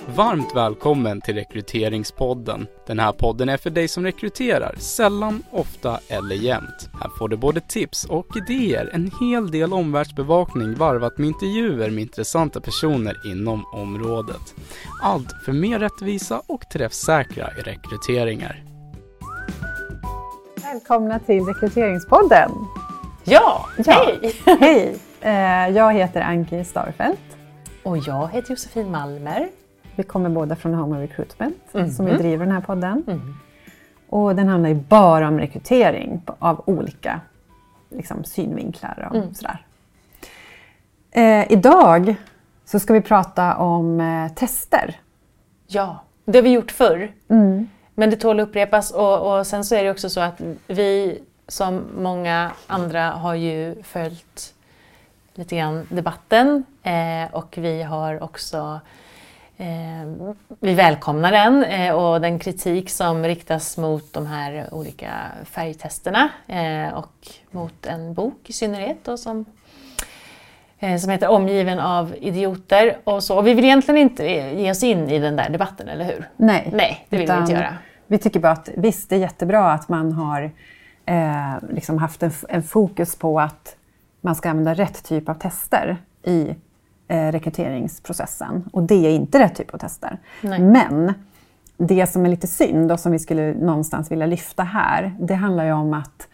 Varmt välkommen till Rekryteringspodden. Den här podden är för dig som rekryterar, sällan, ofta eller jämt. Här får du både tips och idéer, en hel del omvärldsbevakning varvat med intervjuer med intressanta personer inom området. Allt för mer rättvisa och träffsäkra rekryteringar. Välkomna till Rekryteringspodden. Ja, hej! Hej! Jag heter Anki Starfelt. Och jag heter Josefin Malmer. Vi kommer båda från Home Recruitment som vi driver den här podden. Och den handlar ju bara om rekrytering av olika synvinklar och sådär. Idag så ska vi prata om tester. Ja, det har vi gjort förr. Men det tål att upprepas och sen så är det också så att vi som många andra har ju följt lite grann debatten och vi har också vi välkomnar den och den kritik som riktas mot de här olika färgtesterna och mot en bok i synnerhet då, som heter Omgiven av idioter och så. Och vi vill egentligen inte ge oss in i den där debatten, eller hur? Nej, det vill vi inte göra. Vi tycker bara att visst, det är jättebra att man har haft en fokus på att man ska använda rätt typ av tester i rekryteringsprocessen. Och det är inte rätt typ av tester. Nej. Men det som är lite synd och som vi skulle någonstans vilja lyfta här, det handlar ju om att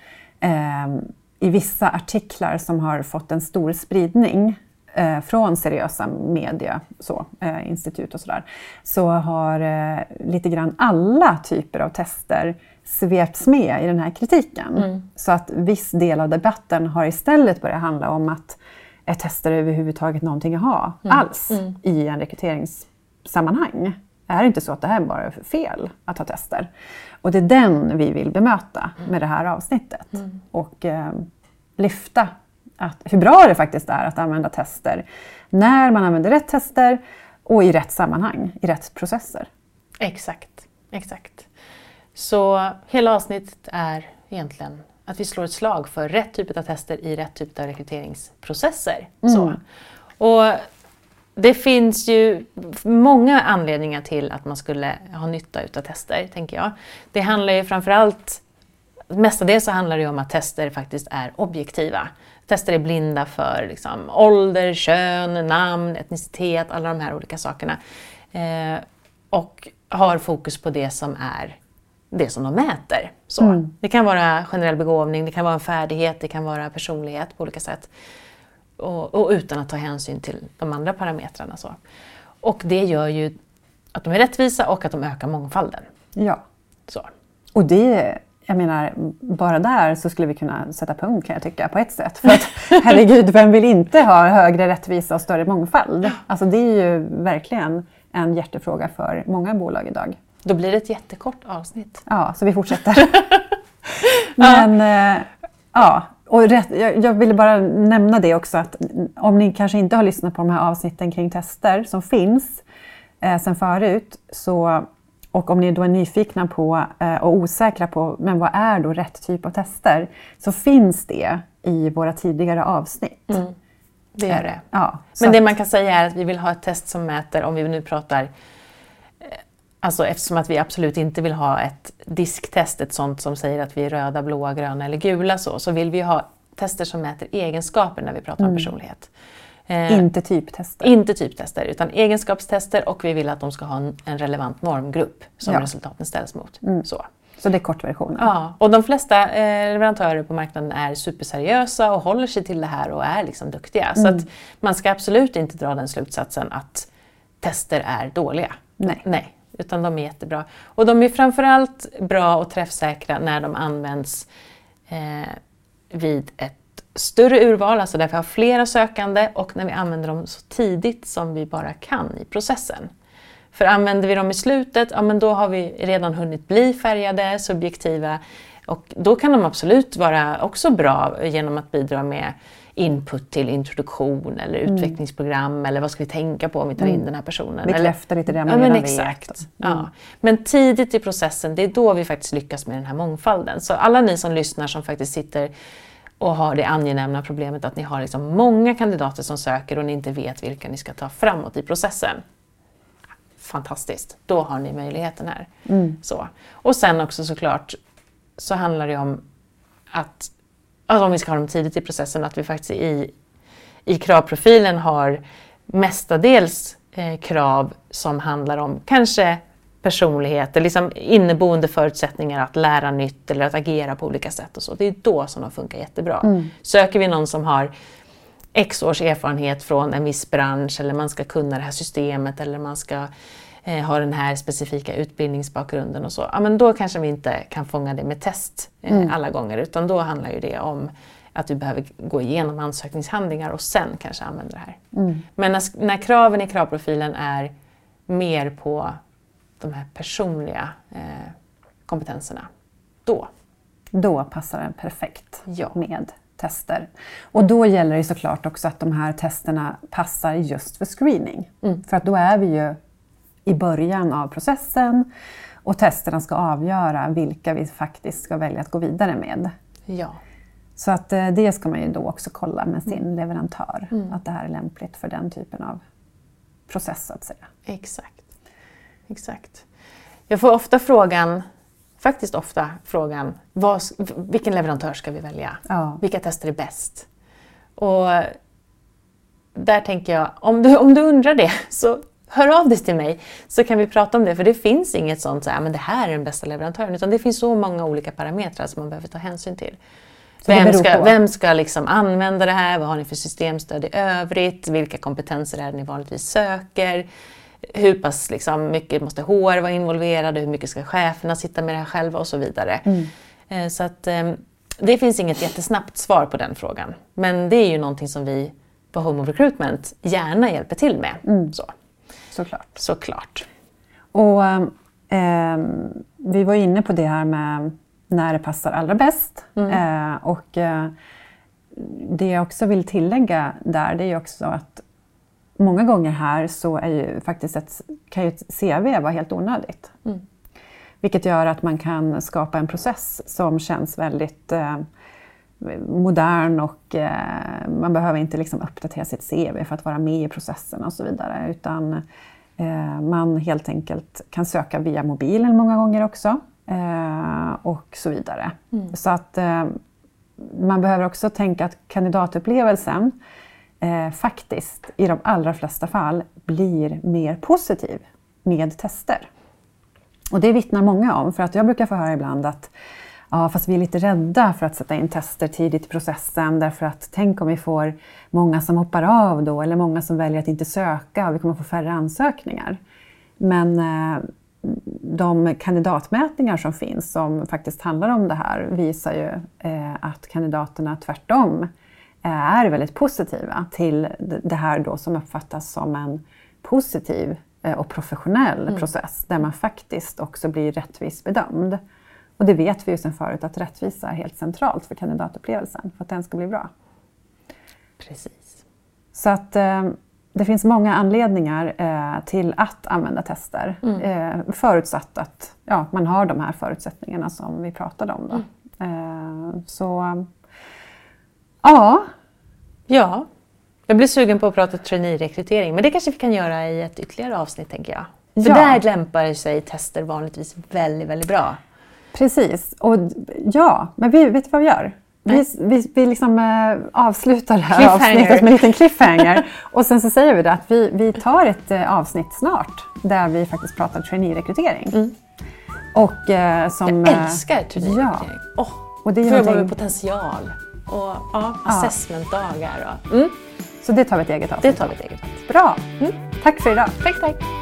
i vissa artiklar som har fått en stor spridning från seriösa media, institut och sådär, så har lite grann alla typer av tester svepts med i den här kritiken. Så att viss del av debatten har istället börjat handla om att är tester överhuvudtaget någonting att ha alls i en rekryteringssammanhang? Är det inte så att det här bara är fel att ha tester? Och det är den vi vill bemöta med det här avsnittet. Och lyfta hur bra det faktiskt är att använda tester när man använder rätt tester och i rätt sammanhang, i rätt processer. Exakt. Så hela avsnittet är egentligen att vi slår ett slag för rätt typ av tester i rätt typ av rekryteringsprocesser. Så. Och det finns ju många anledningar till att man skulle ha nytta utav tester, tänker jag. Det handlar ju framförallt, mestadels så handlar det om att tester faktiskt är objektiva. Tester är blinda för ålder, kön, namn, etnicitet, alla de här olika sakerna. Och har fokus på det som är det som de mäter. Så. Det kan vara generell begåvning, det kan vara en färdighet, det kan vara personlighet på olika sätt. Och utan att ta hänsyn till de andra parametrarna. Så. Och det gör ju att de är rättvisa och att de ökar mångfalden. Ja. Så. Och det, jag menar, bara där så skulle vi kunna sätta punkt, kan jag tycka, på ett sätt. För att herregud, vem vill inte ha högre rättvisa och större mångfald? Alltså det är ju verkligen en hjärtefråga för många bolag idag. Då blir det ett jättekort avsnitt. Ja, så vi fortsätter. Men och jag ville bara nämna det också, att om ni kanske inte har lyssnat på de här avsnitten kring tester som finns sen förut, och om ni då är nyfikna på och osäkra på men vad är då rätt typ av tester, så finns det i våra tidigare avsnitt. Det gör det. Ja, men det man kan säga är att vi vill ha ett test som mäter, om vi nu pratar, alltså eftersom att vi absolut inte vill ha ett disktest, ett sånt som säger att vi är röda, blåa, gröna eller gula, så vill vi ha tester som mäter egenskaper när vi pratar om personlighet. Inte typtester. Inte typtester, utan egenskapstester, och vi vill att de ska ha en relevant normgrupp som resultaten ställs mot. Så det är kortversionen. Ja, och de flesta leverantörer på marknaden är superseriösa och håller sig till det här och är duktiga. Så att man ska absolut inte dra den slutsatsen att tester är dåliga. Nej. Utan de är jättebra. Och de är framförallt bra och träffsäkra när de används vid ett större urval, alltså därför har flera sökande, och när vi använder dem så tidigt som vi bara kan i processen. För använder vi dem i slutet, men då har vi redan hunnit bli färgade, subjektiva, och då kan de absolut vara också bra genom att bidra med input till introduktion eller utvecklingsprogram, eller vad ska vi tänka på om vi tar in den här personen. Bekräfta lite det man redan exakt. Vet. Ja. Men tidigt i processen, det är då vi faktiskt lyckas med den här mångfalden. Så alla ni som lyssnar som faktiskt sitter och har det angenämna problemet att ni har många kandidater som söker och ni inte vet vilka ni ska ta framåt i processen. fantastiskt. Då har ni möjligheten här. Så. Och sen också såklart så handlar det om att om vi ska ha dem tidigt i processen, att vi faktiskt i kravprofilen har mestadels krav som handlar om kanske personlighet, liksom inneboende förutsättningar att lära nytt eller att agera på olika sätt och så. Det är då som de funkar jättebra. Söker vi någon som har X års erfarenhet från en viss bransch, eller man ska kunna det här systemet, eller man ska ha den här specifika utbildningsbakgrunden och så, ja, men då kanske vi inte kan fånga det med test alla gånger, utan då handlar ju det om att vi behöver gå igenom ansökningshandlingar och sen kanske använda det här. Men när kraven i kravprofilen är mer på de här personliga kompetenserna, då passar den perfekt med tester. Och då gäller det såklart också att de här testerna passar just för screening. För att då är vi ju i början av processen och testerna ska avgöra vilka vi faktiskt ska välja att gå vidare med. Ja. Så att det ska man ju då också kolla med sin leverantör, att det här är lämpligt för den typen av process, så att säga. Exakt. Jag får ofta frågan, vilken leverantör ska vi välja? Ja. Vilka tester är bäst? Och där tänker jag, om du undrar det, så hör av dig till mig så kan vi prata om det. För det finns inget sånt men det här är den bästa leverantören, utan det finns så många olika parametrar som man behöver ta hänsyn till. Vem ska liksom använda det här? Vad har ni för systemstöd i övrigt? Vilka kompetenser är det ni vanligtvis söker? Hur pass mycket måste HR vara involverade? Hur mycket ska cheferna sitta med det här själva och så vidare? Så att det finns inget jättesnabbt svar på den frågan. Men det är ju någonting som vi på Home of Recruitment gärna hjälper till med. Såklart. Och vi var inne på det här med när det passar allra bäst. Och det jag också vill tillägga där, det är också att många gånger här så är ju faktiskt kan ju ett CV vara helt onödigt. Vilket gör att man kan skapa en process som känns väldigt modern, och man behöver inte uppdatera sitt CV för att vara med i processen och så vidare, utan man helt enkelt kan söka via mobilen många gånger också och så vidare. Så att man behöver också tänka att kandidatupplevelsen faktiskt i de allra flesta fall blir mer positiv med tester. Och det vittnar många om, för att jag brukar få höra ibland att fast vi är lite rädda för att sätta in tester tidigt i processen, därför att tänk om vi får många som hoppar av då, eller många som väljer att inte söka och vi kommer få färre ansökningar. Men de kandidatmätningar som finns som faktiskt handlar om det här visar ju att kandidaterna tvärtom är väldigt positiva till det här då, som uppfattas som en positiv och professionell process där man faktiskt också blir rättvis bedömd. Och det vet vi ju sedan förut att rättvisa är helt centralt för kandidatupplevelsen, för att den ska bli bra. Precis. Så att det finns många anledningar till att använda tester. Förutsatt att man har de här förutsättningarna som vi pratade om då. Så ja, jag blir sugen på att prata trainee-rekrytering, men det kanske vi kan göra i ett ytterligare avsnitt, tänker jag. För där lämpar sig tester vanligtvis väldigt, väldigt bra. Precis, och men vet du vad vi gör? Vi avslutar det här avsnittet med en liten cliffhanger. Och sen så säger vi det att vi tar ett avsnitt snart där vi faktiskt pratar trainee-rekrytering. Och, jag älskar trainee-rekrytering. Och det är jobba med potential och assessmentdagar. Så det tar vi ett eget avsnitt. Det tar vi ett eget avsnitt. Bra, tack för idag. Tack.